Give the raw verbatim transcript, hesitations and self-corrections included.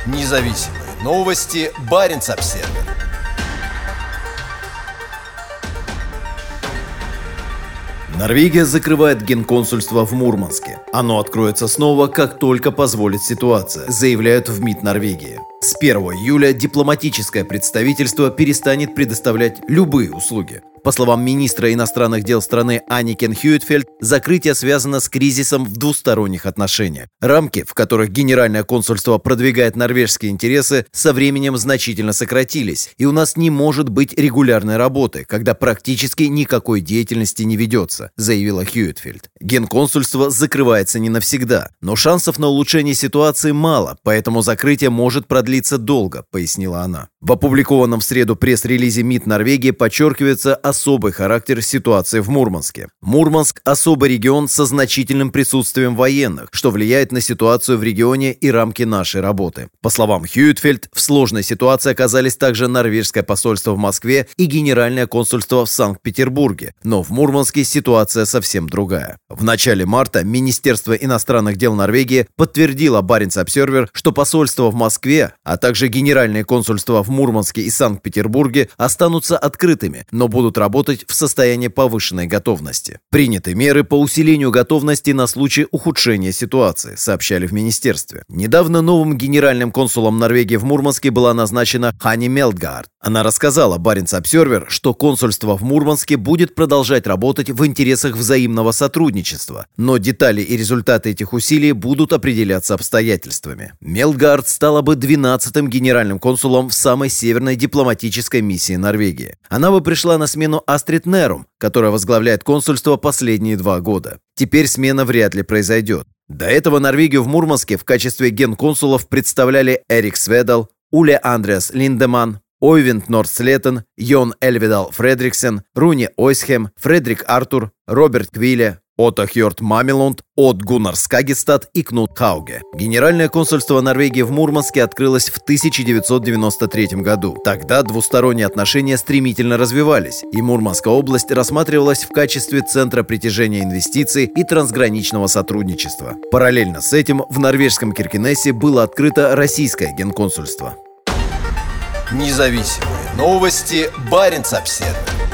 Независимые новости. Баренц-Обсервер. Норвегия закрывает генконсульство в Мурманске. Оно откроется снова, как только позволит ситуация, заявляют в МИД Норвегии. С первого июля дипломатическое представительство перестанет предоставлять любые услуги. По словам министра иностранных дел страны Анникен Хюитфельд, закрытие связано с кризисом в двусторонних отношениях. Рамки, в которых Генеральное консульство продвигает норвежские интересы, со временем значительно сократились, и у нас не может быть регулярной работы, когда практически никакой деятельности не ведется, заявила Хюитфельд. Генконсульство закрывается не навсегда, но шансов на улучшение ситуации мало, поэтому закрытие может продлиться долго, пояснила она. В опубликованном в среду пресс-релизе МИД Норвегии подчеркивается особый характер ситуации в Мурманске. Мурманск – особый регион со значительным присутствием военных, что влияет на ситуацию в регионе и рамки нашей работы. По словам Хюитфельд, в сложной ситуации оказались также норвежское посольство в Москве и Генеральное консульство в Санкт-Петербурге, но в Мурманске ситуация совсем другая. В начале марта Министерство иностранных дел Норвегии подтвердило Баренц-Обсервер, что посольство в Москве, а также Генеральное консульство в Мурманске и Санкт-Петербурге останутся открытыми, но будут работать в состоянии повышенной готовности. Приняты меры по усилению готовности на случай ухудшения ситуации, сообщали в министерстве. Недавно новым генеральным консулом Норвегии в Мурманске была назначена Хани Мелдгаард. Она рассказала Баренц-Обсервер, что консульство в Мурманске будет продолжать работать в интересах взаимного сотрудничества, но детали и результаты этих усилий будут определяться обстоятельствами. Мелдгаард стала бы двенадцатым генеральным консулом в самой северной дипломатической миссии Норвегии. Она бы пришла на смену Астрид Нерум, которая возглавляет консульство последние два года. Теперь смена вряд ли произойдет. До этого Норвегию в Мурманске в качестве генконсулов представляли Эрик Сведал, Уле Андреас Линдеман, Ойвинд Нордслетен, Йон Эльведал Фредриксен, Руни Ойсхем, Фредрик Артур, Роберт Квиле, Отто Хьорт Мамелунд, От Гуннар Скагистад и Кнут Хауге. Генеральное консульство Норвегии в Мурманске открылось в тысяча девятьсот девяносто третьем году. Тогда двусторонние отношения стремительно развивались, и Мурманская область рассматривалась в качестве центра притяжения инвестиций и трансграничного сотрудничества. Параллельно с этим в норвежском Киркенесе было открыто российское генконсульство. Независимые новости. Баренц-Обсервер.